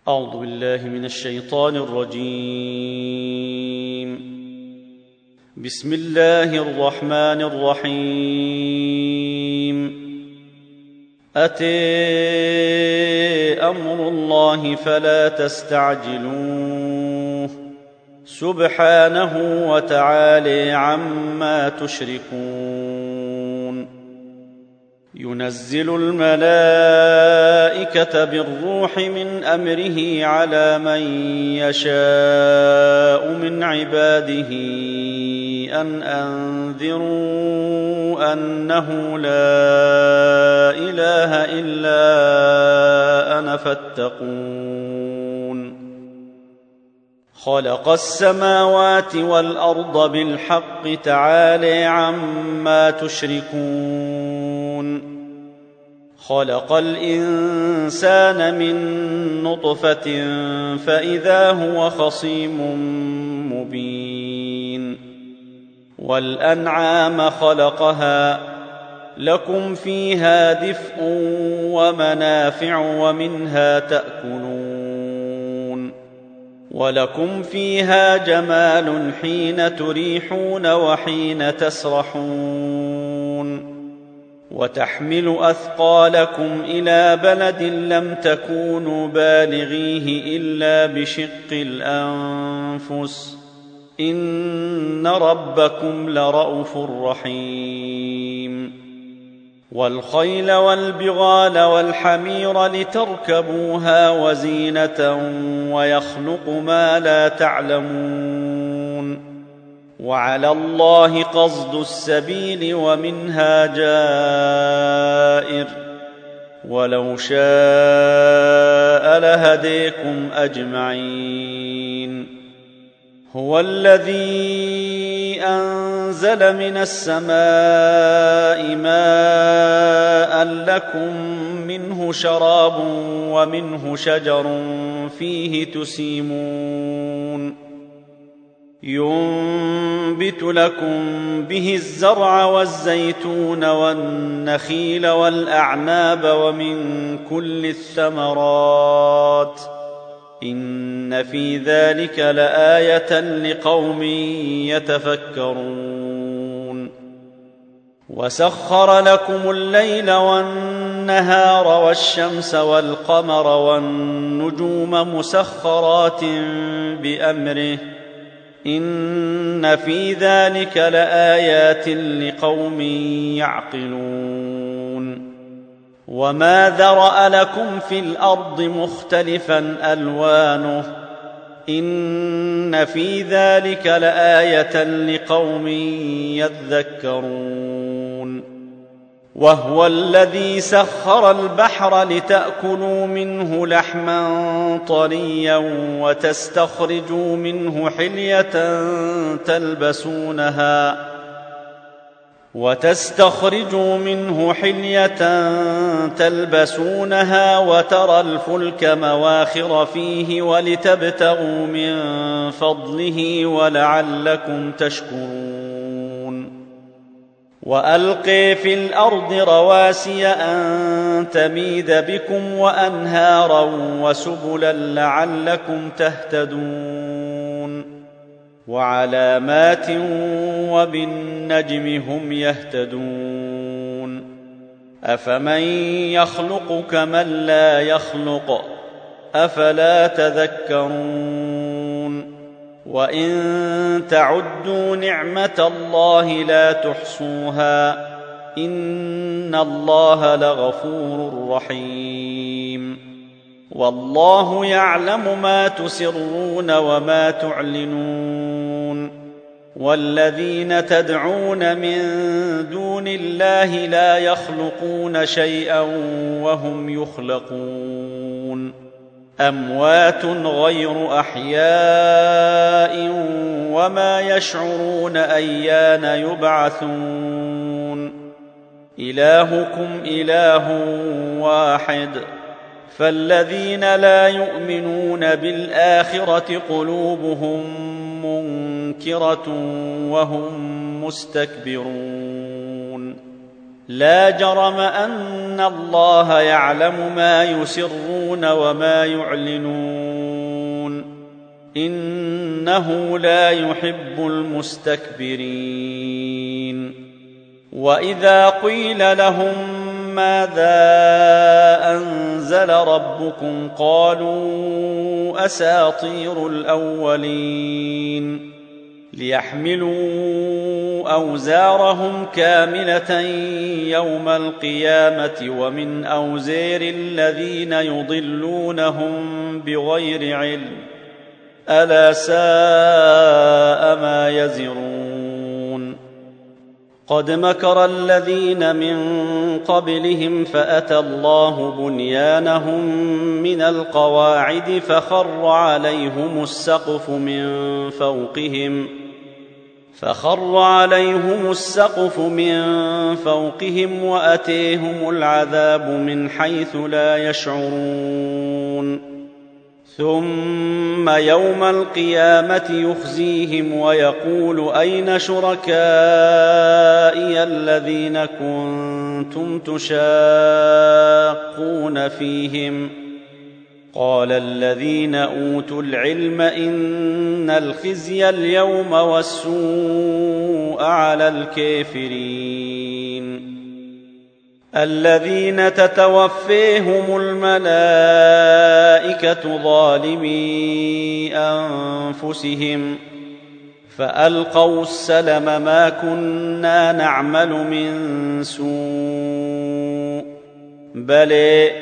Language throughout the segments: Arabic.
أعوذ بالله من الشيطان الرجيم. بسم الله الرحمن الرحيم. أتى أمر الله فلا تستعجلوه سبحانه وتعالى عما تشركون. ينزل الملائكة بالروح من أمره على من يشاء من عباده أن أنذروا أنه لا إله إلا أنا فاتقون. خلق السماوات والأرض بالحق تعالى عما تشركون. خلق الإنسان من نطفة فإذا هو خصيم مبين. والأنعام خلقها لكم فيها دفء ومنافع ومنها تأكلون. ولكم فيها جمال حين تريحون وحين تسرحون. وتحمل أثقالكم إلى بلد لم تكونوا بالغيه إلا بشق الأنفس إن ربكم لرءوف رحيم. والخيل والبغال والحمير لتركبوها وزينة ويخلق ما لا تعلمون. وعلى الله قصد السبيل ومنها جائر ولو شاء لهديكم أجمعين. هو الذي أنزل من السماء ماء لكم منه شراب ومنه شجر فيه تسيمون. ينبت لكم به الزرع والزيتون والنخيل والأعناب ومن كل الثمرات إن في ذلك لآية لقوم يتفكرون. وسخر لكم الليل والنهار والشمس والقمر والنجوم مسخرات بأمره إن في ذلك لآيات لقوم يعقلون. وما ذرأ لكم في الأرض مختلفا ألوانه إن في ذلك لآية لقوم يذكرون. وهو الذي سخر البحر لتأكلوا منه لحما طريا وتستخرجوا منه حلية تلبسونها وترى الفلك مواخر فيه ولتبتغوا من فضله ولعلكم تشكرون. وألقي في الأرض رواسي أن تميد بكم وأنهارا وسبلا لعلكم تهتدون. وعلامات وبالنجم هم يهتدون. أفمن يخلق كمن لا يخلق أفلا تذكرون. وإن تعدوا نعمة الله لا تحصوها إن الله لغفور رحيم. والله يعلم ما تسرون وما تعلنون. والذين تدعون من دون الله لا يخلقون شيئا وهم يخلقون. أموات غير أحياء وما يشعرون أيان يبعثون. إلهكم إله واحد فالذين لا يؤمنون بالآخرة قلوبهم منكرة وهم مستكبرون. لا جرم أن الله يعلم ما يسرون وما يعلنون إنه لا يحب المستكبرين وإذا قيل لهم ماذا أنزل ربكم قالوا أساطير الأولين ليحملوا أوزارهم كاملة يوم القيامة ومن أوزار الذين يضلونهم بغير علم ألا ساء ما يزرون قد مكر الذين من قبلهم فأتى الله بنيانهم من القواعد فخر عليهم السقف من فوقهم وأتيهم العذاب من حيث لا يشعرون ثم يوم القيامة يخزيهم ويقول أين شركائي الذين كنتم تشاقون فيهم قال الذين أوتوا العلم إن الخزي اليوم والسوء على الكافرين الذين تتوفيهم الملائكة ظالمي أنفسهم فألقوا السلم ما كنا نعمل من سوء بل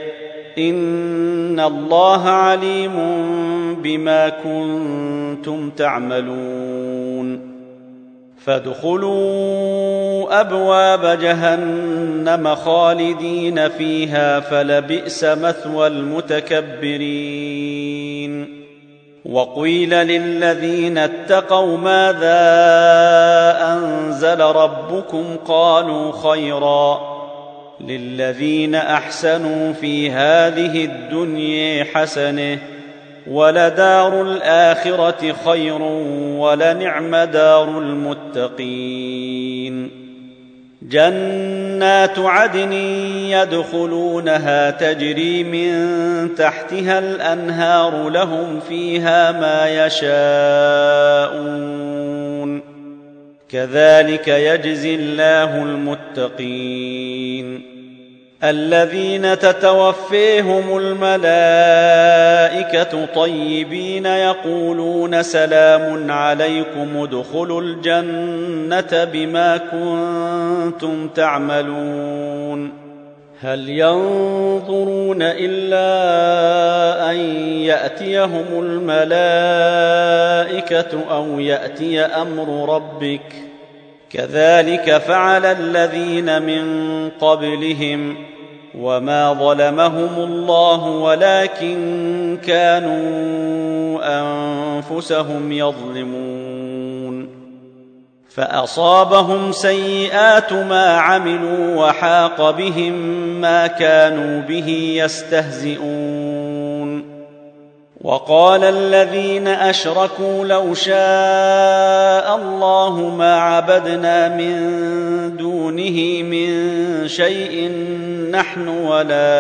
إن الله عليم بما كنتم تعملون فادخلوا أبواب جهنم خالدين فيها فلبئس مثوى المتكبرين وقيل للذين اتقوا ماذا أنزل ربكم قالوا خيرا للذين أحسنوا في هذه الدنيا حسنة ولدار الآخرة خير ولنعم دار المتقين جنات عدن يدخلونها تجري من تحتها الأنهار لهم فيها ما يشاءون كذلك يجزي الله المتقين الذين تتوفيهم الملائكة طيبين يقولون سلام عليكم ادخلوا الجنة بما كنتم تعملون هل ينظرون إلا أن يأتيهم الملائكة أو يأتي أمر ربك كذلك فعل الذين من قبلهم وما ظلمهم الله ولكن كانوا أنفسهم يظلمون فأصابهم سيئات ما عملوا وحاق بهم ما كانوا به يستهزئون وقال الذين أشركوا لو شاء الله ما عبدنا من دونه من شيء نحن ولا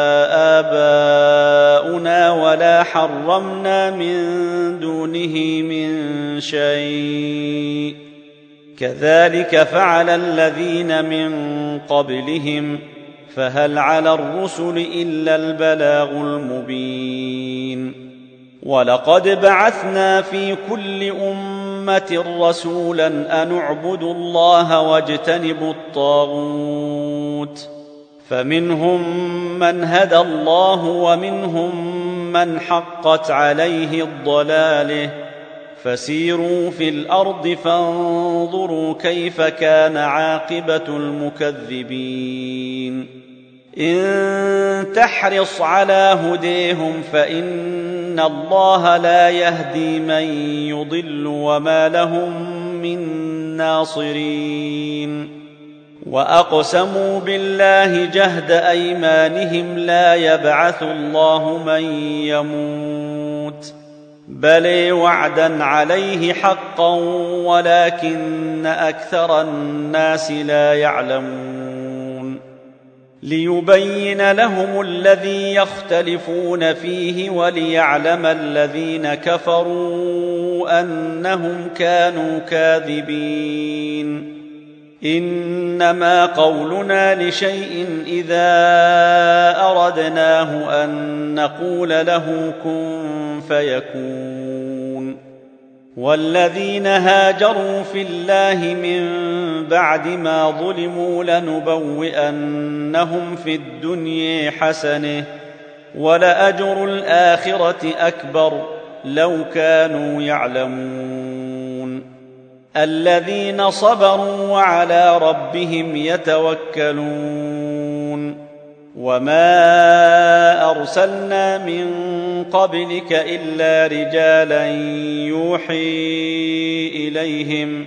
آباؤنا ولا حرمنا من دونه من شيء كذلك فعل الذين من قبلهم فهل على الرسل إلا البلاغ المبين ولقد بعثنا في كل أمة رسولا أن اعبدوا الله واجتنبوا الطاغوت فمنهم من هدى الله ومنهم من حقت عليه الضلاله فسيروا في الأرض فانظروا كيف كان عاقبة المكذبين إن تحرص على هديهم فإن الله لا يهدي من يضل وما لهم من ناصرين وأقسموا بالله جهد أيمانهم لا يبعث الله من يموت بل وعدا عليه حقا ولكن أكثر الناس لا يعلمون ليبين لهم الذي يختلفون فيه وليعلم الذين كفروا أنهم كانوا كاذبين. إنما قولنا لشيء إذا أردناه أن نقول له كن فيكون. والذين هاجروا في الله من بعد ما ظلموا لنبوئنهم في الدنيا حسنة ولأجر الآخرة أكبر لو كانوا يعلمون. الذين صبروا وعلى ربهم يتوكلون. وما أرسلنا من قبلك إلا رجالا يوحي إليهم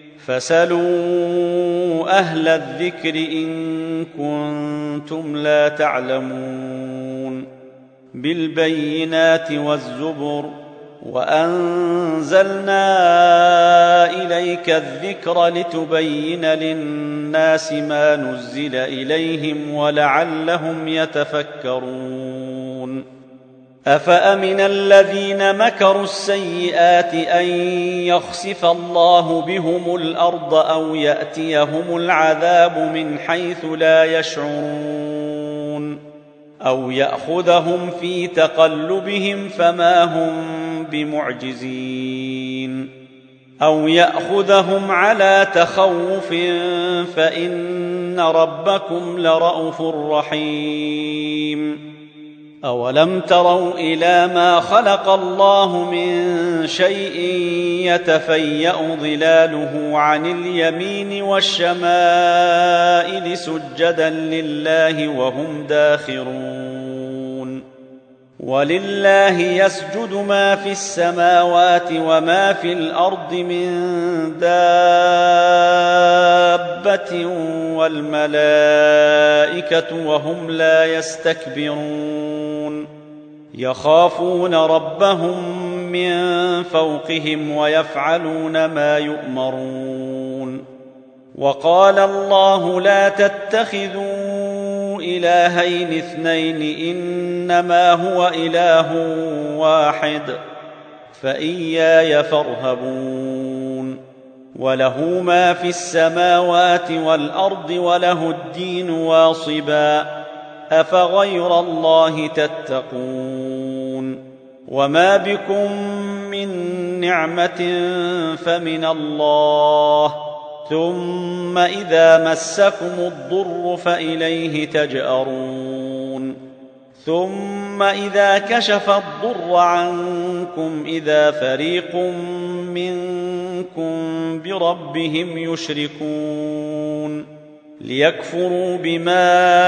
فاسألوا أهل الذكر إن كنتم لا تعلمون. بالبينات والزبر وأنزلنا إليك الذكر لتبين للناس ما نزل إليهم ولعلهم يتفكرون. أفأمن الذين مكروا السيئات أن يخسف الله بهم الأرض أو يأتيهم العذاب من حيث لا يشعرون أو يأخذهم في تقلبهم فما هم بمعجزين أو يأخذهم على تخوف فإن ربكم لرءوف رحيم. أولم تروا إلى ما خلق الله من شيء يتفيأ ظلاله عن اليمين والشمائل سجدا لله وهم داخرون. ولله يسجد ما في السماوات وما في الأرض من دابة والملائكة وهم لا يستكبرون يخافون ربهم من فوقهم ويفعلون ما يؤمرون. وقال الله لا تتخذوا إلهين اثنين إنما هو إله واحد فإياي فارهبون. وله ما في السماوات والأرض وله الدين واصبا أفغير الله تتقون. وما بكم من نعمة فمن الله ثم إذا مسكم الضر فإليه تجأرون. ثم إذا كشف الضر عنكم إذا فريق منكم بربهم يشركون ليكفروا بما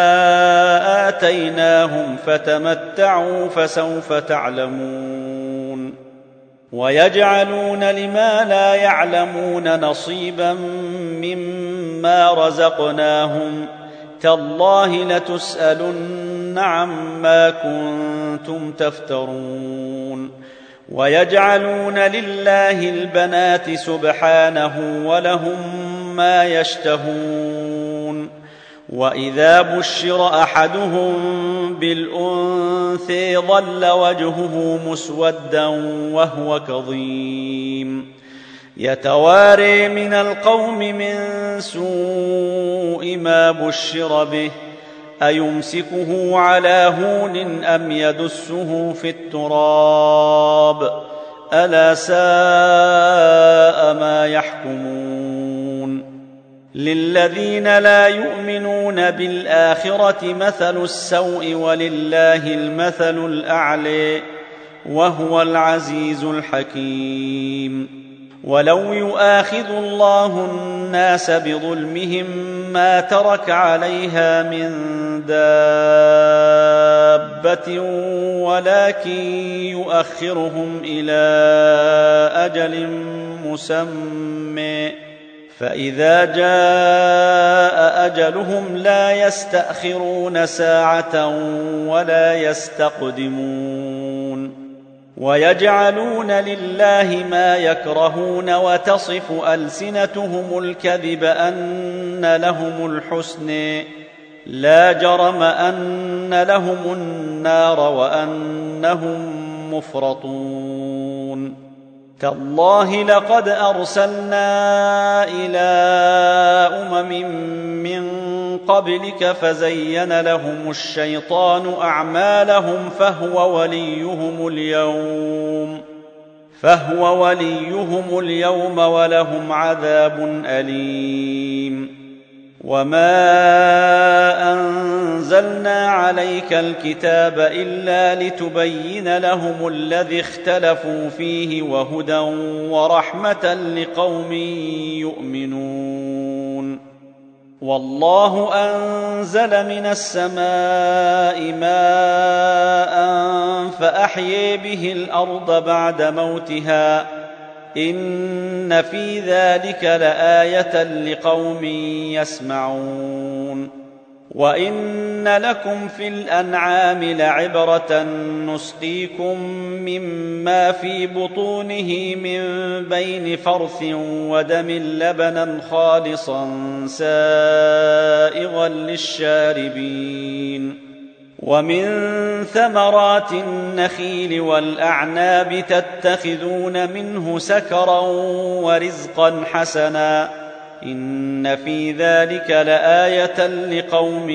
آتيناهم فتمتعوا فسوف تعلمون. ويجعلون لما لا يعلمون نصيبا مما رزقناهم تالله لتسألن عما كنتم تفترون. ويجعلون لله البنات سبحانه ولهم ما يشتهون. وإذا بشر أحدهم بالأنثى ظل وجهه مسودا وهو كظيم يتواري من القوم من سوء ما بشر به أيمسكه على هون أم يدسه في التراب ألا ساء ما يحكمون. للذين لا يؤمنون بالآخرة مثل السوء ولله المثل الأعلى وهو العزيز الحكيم. ولو يؤاخذ الله الناس بظلمهم ما ترك عليها من دابة ولكن يؤخرهم إلى أجل مسمى فإذا جاء أجلهم لا يستأخرون ساعة ولا يستقدمون. ويجعلون لله ما يكرهون وتصف ألسنتهم الكذب أن لهم الحسن لا جرم أن لهم النار وأنهم مفرطون تالله لقد أرسلنا إلى من قبلك فزين لهم الشيطان أعمالهم فهو وليهم اليوم ولهم عذاب أليم وما أنزلنا عليك الكتاب إلا لتبين لهم الذي اختلفوا فيه وهدى ورحمة لقوم يؤمنون والله أنزل من السماء ماء فأحيي به الأرض بعد موتها إن في ذلك لآية لقوم يسمعون وإن لكم في الأنعام لعبرة نسقيكم مما في بطونه من بين فرث ودم لبنا خالصا سائغا للشاربين ومن ثمرات النخيل والأعناب تتخذون منه سكرا ورزقا حسنا إن في ذلك لآية لقوم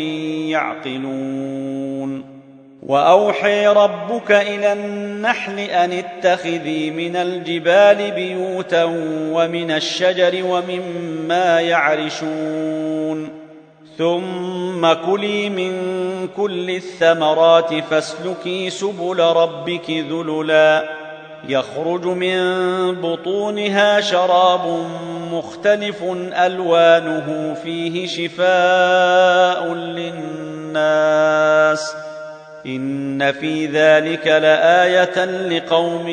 يعقلون وأوحي ربك إلى النحل أن اتخذي من الجبال بيوتا ومن الشجر ومما يعرشون ثم كلي من كل الثمرات فاسلكي سبل ربك ذللا يخرج من بطونها شراب مختلف ألوانه فيه شفاء للناس إن في ذلك لآية لقوم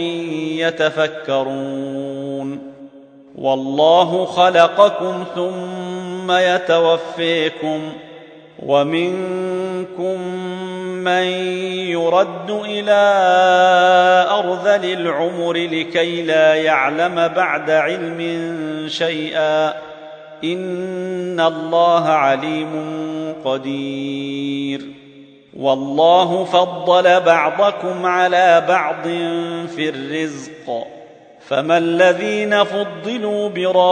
يتفكرون والله خلقكم ثم يتوفيكم ومنكم من يرد إلى أرذل العمر لكي لا يعلم بعد علم شيئا إن الله عليم قدير والله فضل بعضكم على بعض في الرزق فما الذين فضلوا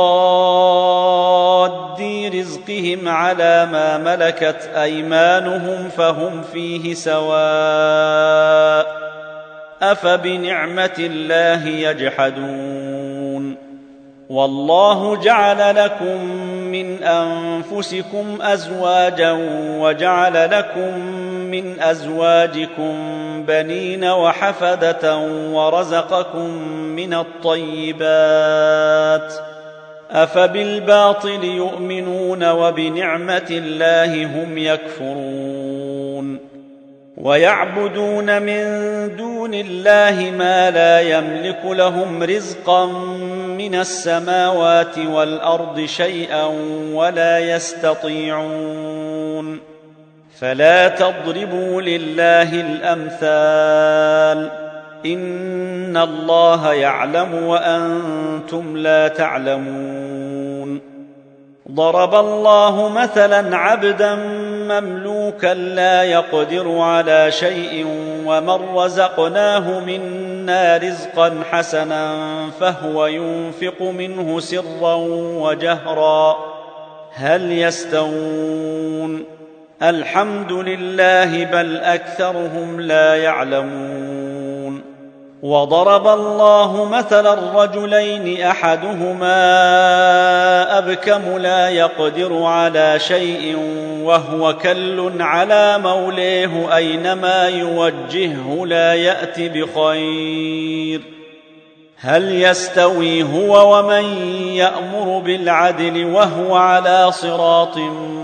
براد رزقهم على ما ملكت أيمانهم فهم فيه سواء أفبنعمة الله يجحدون والله جعل لكم من أنفسكم أزواجا وجعل لكم من أزواجكم بنين وحفدة ورزقكم من الطيبات أفبالباطل يؤمنون وبنعمة الله هم يكفرون ويعبدون من دون الله ما لا يملك لهم رزقا من السماوات والأرض شيئا ولا يستطيعون فلا تضربوا لله الأمثال إن الله يعلم وأنتم لا تعلمون ضرب الله مثلا عبدا مملوكا لا يقدر على شيء ومن رزقناه منا رزقا حسنا فهو ينفق منه سرا وجهرا هل يستوون الحمد لله بل أكثرهم لا يعلمون وضرب الله مثلا الرجلين أحدهما أبكم لا يقدر على شيء وهو كل على موليه أينما يوجهه لا يأت بخير هل يستوي هو ومن يأمر بالعدل وهو على صراط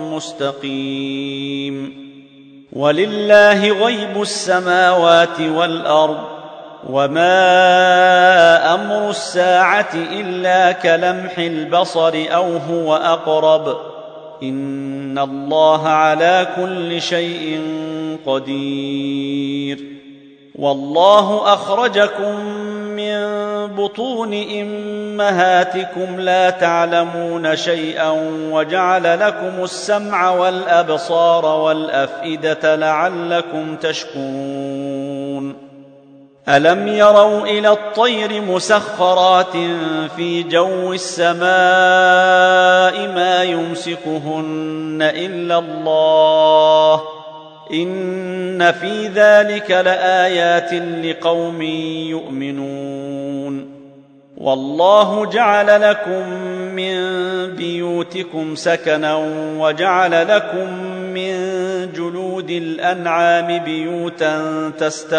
مستقيم ولله غيب السماوات والأرض وما أمر الساعة إلا كلمح البصر أو هو أقرب إن الله على كل شيء قدير والله أخرجكم من بطون أمهاتكم لا تعلمون شيئا وجعل لكم السمع والأبصار والأفئدة لعلكم تشكرون ألم يروا إلى الطير مسخرات في جو السماء ما يمسكهن إلا الله إن في ذلك لآيات لقوم يؤمنون والله جعل لكم من بيوتكم سكنا وجعل لكم من جلود الأنعام بيوتا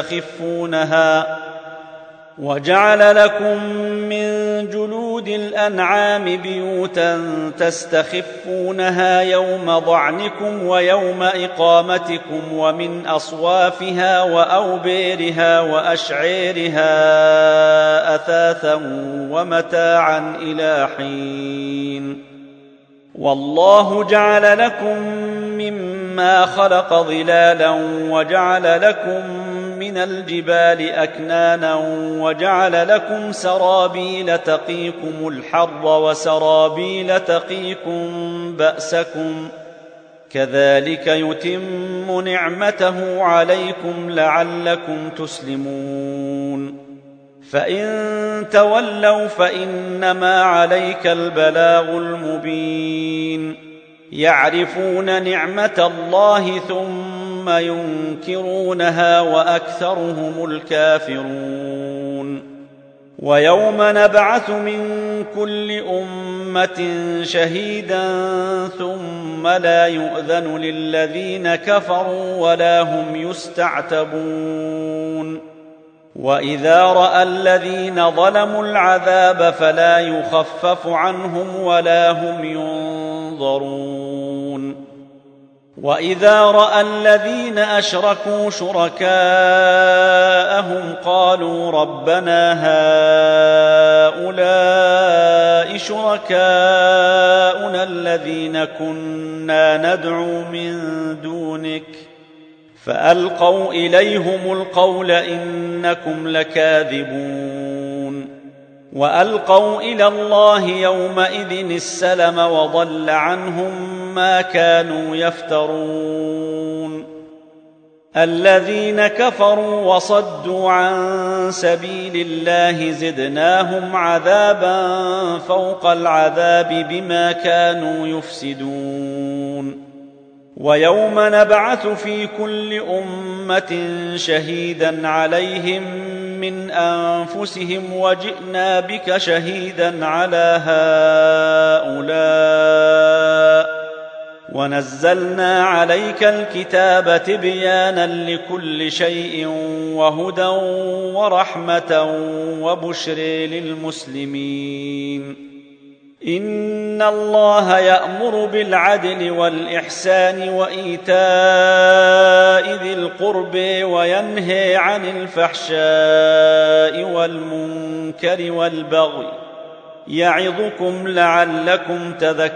تستخفونها يوم ضعنكم ويوم إقامتكم ومن أصوافها وأوبيرها وأشعيرها أثاثا ومتاعا إلى حين والله جعل لكم مما خلق ظلالا وجعل لكم من الجبال أكنانا وجعل لكم سرابيل تقيكم الحر وسرابيل تقيكم بأسكم كذلك يتم نعمته عليكم لعلكم تسلمون فإن تولوا فإنما عليك البلاغ المبين يعرفون نعمة الله ثم ينكرونها وأكثرهم الكافرون ويوم نبعث من كل أمة شهيدا ثم لا يؤذن للذين كفروا ولا هم يستعتبون وإذا رأى الذين ظلموا العذاب فلا يخفف عنهم ولا هم ينظرون وإذا رأى الذين أشركوا شركاءهم قالوا ربنا هؤلاء شركاؤنا الذين كنا ندعو من دونك فألقوا إليهم القول إنكم لكاذبون وألقوا إلى الله يومئذ السلم وضل عنهم ما كانوا يفترون الذين كفروا وصدوا عن سبيل الله زدناهم عذابا فوق العذاب بما كانوا يفسدون ويوم نبعث في كل أمة شهيدا عليهم من أنفسهم وجئنا بك شهيدا على هؤلاء ونزلنا عليك الكتاب تبيانا لكل شيء وهدى ورحمة وبشر للمسلمين إن الله يأمر بالعدل والإحسان وإيتاء ذي القرب وينهى عن الفحشاء والمنكر والبغي يعظكم لعلكم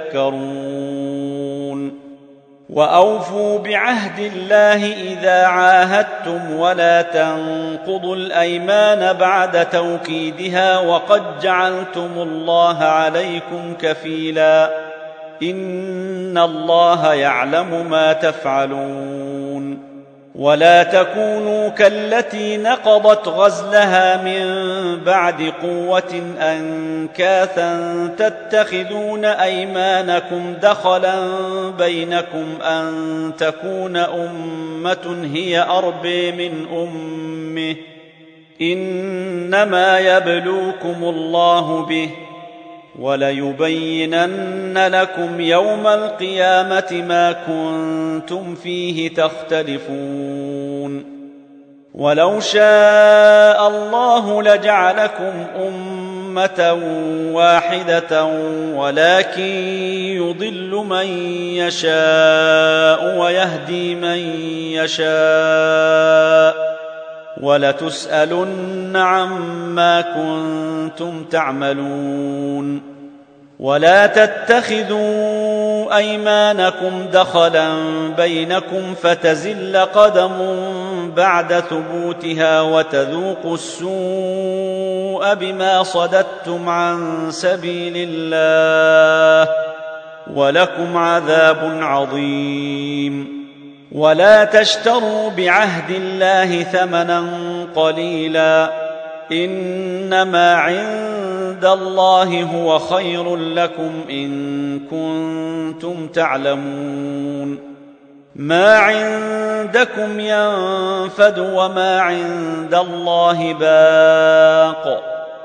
تذكرون وأوفوا بعهد الله إذا عاهدتم ولا تنقضوا الأيمان بعد توكيدها وقد جعلتم الله عليكم كفيلا إن الله يعلم ما تفعلون ولا تكونوا كالتي نقضت غزلها من بعد قوة أنكاثا تتخذون أيمانكم دخلا بينكم أن تكون أمة هي أربى من أمه إنما يبلوكم الله به وليبينن لكم يوم القيامة ما كنتم فيه تختلفون ولو شاء الله لجعلكم أمة واحدة ولكن يضل من يشاء ويهدي من يشاء ولتسألن عما كنتم تعملون ولا تتخذوا أيمانكم دخلا بينكم فتزل قدم بعد ثبوتها وتذوقوا السوء بما صددتم عن سبيل الله ولكم عذاب عظيم. ولا تشتروا بعهد الله ثمنا قليلا، إنما عند الله هو خير لكم إن كنتم تعلمون. ما عندكم ينفد وما عند الله باق،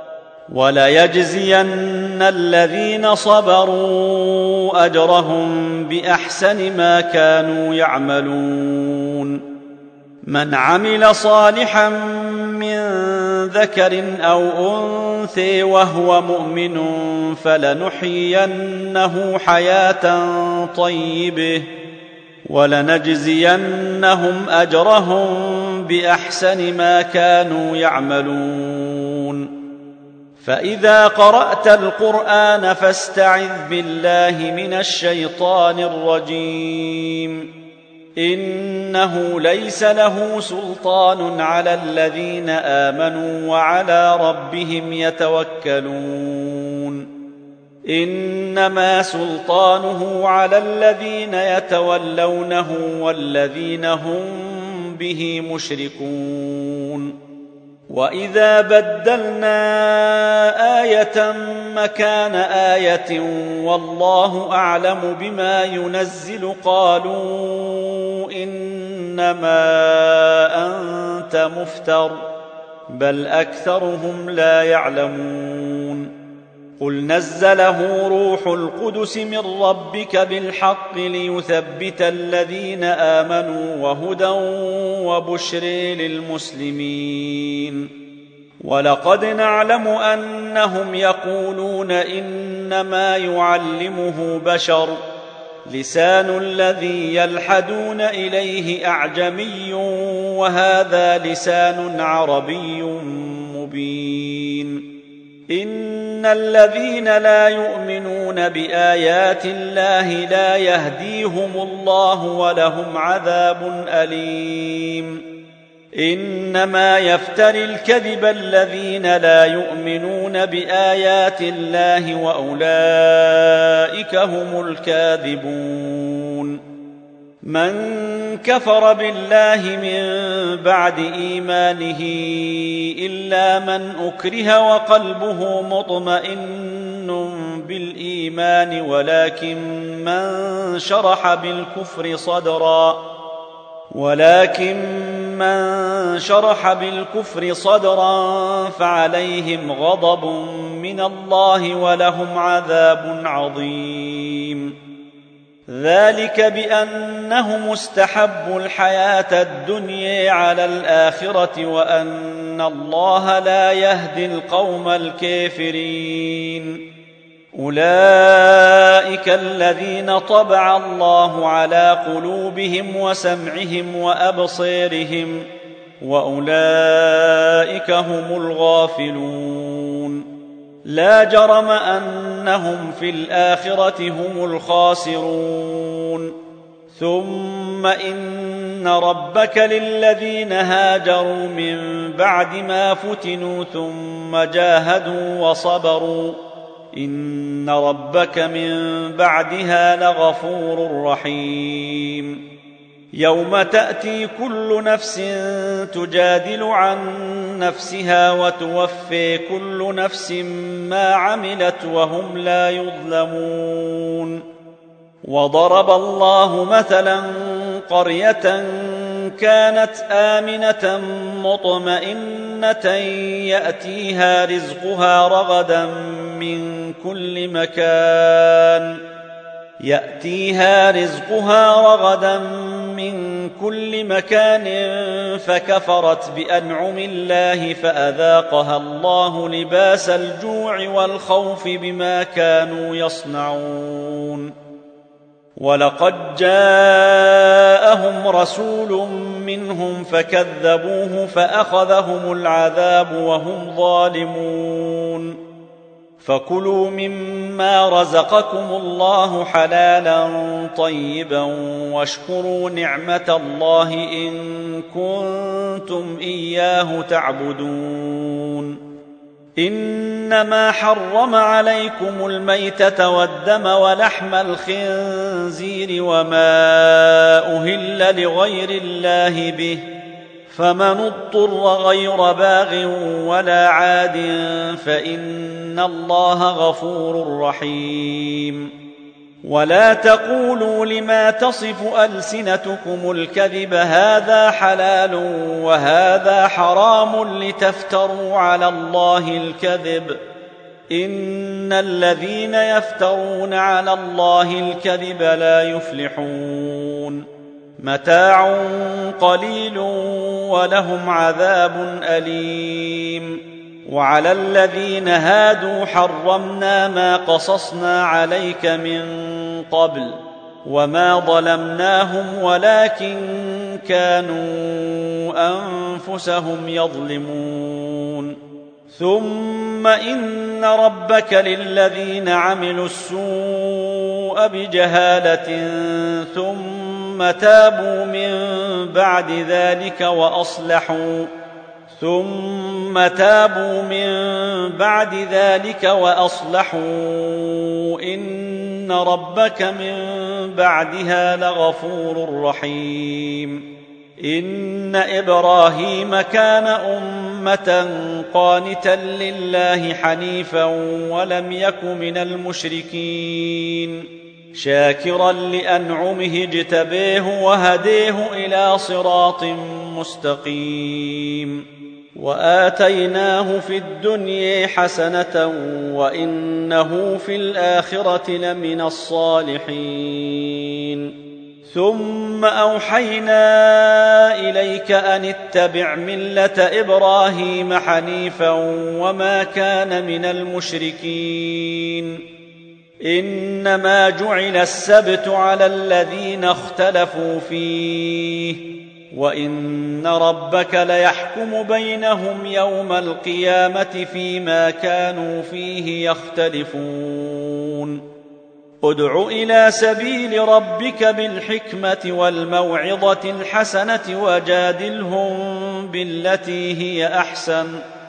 وليجزين الذين صبروا أجرهم بأحسن ما كانوا يعملون. من عمل صالحا من ذكر أو أنثى وهو مؤمن فلنحيينه حياة طيبة ولنجزينهم أجرهم بأحسن ما كانوا يعملون. فإذا قرأت القرآن فاستعذ بالله من الشيطان الرجيم. إنه ليس له سلطان على الذين آمنوا وعلى ربهم يتوكلون. إنما سلطانه على الذين يتولونه والذين هم به مشركون. وإذا بدلنا آية مكان آية والله أعلم بما ينزل قالوا إنما أنت مفتر بل أكثرهم لا يعلمون. قل نزله روح القدس من ربك بالحق ليثبت الذين آمنوا وهدى وبشر للمسلمين. ولقد نعلم أنهم يقولون إنما يعلمه بشر لسان الذي يلحدون إليه أعجمي وهذا لسان عربي مبين. إن الذين لا يؤمنون بآيات الله لا يهديهم الله ولهم عذاب أليم. إنما يفتري الكذب الذين لا يؤمنون بآيات الله وأولئك هم الكاذبون. من كفر بالله من بعد إيمانه إلا من أكره وقلبه مطمئن بالإيمان ولكن من شرح بالكفر صدرا فعليهم غضب من الله ولهم عذاب عظيم. ذلك بأنهم استحبوا الحياة الدنيا على الآخرة وأن الله لا يهدي القوم الكافرين. أولئك الذين طبع الله على قلوبهم وسمعهم وأبصارهم وأولئك هم الغافلون. لا جرم أنهم في الآخرة هم الخاسرون. ثم إن ربك للذين هاجروا من بعد ما فتنوا ثم جاهدوا وصبروا إن ربك من بعدها لغفور رحيم. يوم تأتي كل نفس تجادل عن نفسها وتوفي كل نفس ما عملت وهم لا يظلمون. وضرب الله مثلا قرية كانت آمنة مطمئنة يأتيها رزقها رغدا من كل مكان فكفرت بأنعم الله فأذاقها الله لباس الجوع والخوف بما كانوا يصنعون. ولقد جاءهم رسول منهم فكذبوه فأخذهم العذاب وهم ظالمون. فكلوا مما رزقكم الله حلالا طيبا واشكروا نعمة الله إن كنتم إياه تعبدون. إنما حرم عليكم الميتة والدم ولحم الخنزير وما أهل لغير الله به، فمن اضطر غير باغ ولا عاد فإن الله غفور رحيم. ولا تقولوا لما تصف ألسنتكم الكذب هذا حلال وهذا حرام لتفتروا على الله الكذب، إن الذين يفترون على الله الكذب لا يفلحون. متاع قليل ولهم عذاب أليم. وعلى الذين هادوا حرمنا ما قصصنا عليك من قبل وما ظلمناهم ولكن كانوا أنفسهم يظلمون. ثم إن ربك للذين عملوا السوء بجهالة ثم تابوا من بعد ذلك وأصلحوا إن ربك من بعدها لغفور رحيم. إن إبراهيم كان أمة قانتا لله حنيفا ولم يك من المشركين، شاكرا لأنعمه اجتبيه وهديه إلى صراط مستقيم. وآتيناه في الدنيا حسنة وإنه في الآخرة لمن الصالحين. ثم أوحينا إليك أن اتبع ملة إبراهيم حنيفا وما كان من المشركين. إنما جعل السبت على الذين اختلفوا فيه، وإن ربك ليحكم بينهم يوم القيامة فيما كانوا فيه يختلفون. ادع إلى سبيل ربك بالحكمة والموعظة الحسنة وجادلهم بالتي هي أحسن،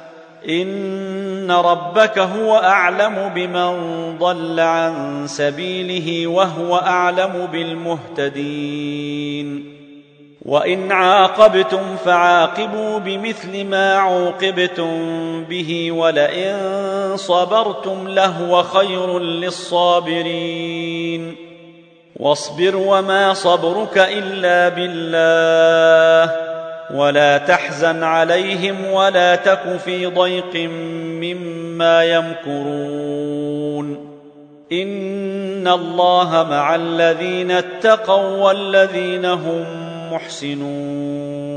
إن ربك هو أعلم بمن ضل عن سبيله وهو أعلم بالمهتدين. وإن عاقبتم فعاقبوا بمثل ما عوقبتم به ولئن صبرتم لهو خير للصابرين. واصبر وما صبرك إلا بالله ولا تحزن عليهم ولا تك في ضيق مما يمكرون. إن الله مع الذين اتقوا والذين هم محسنون.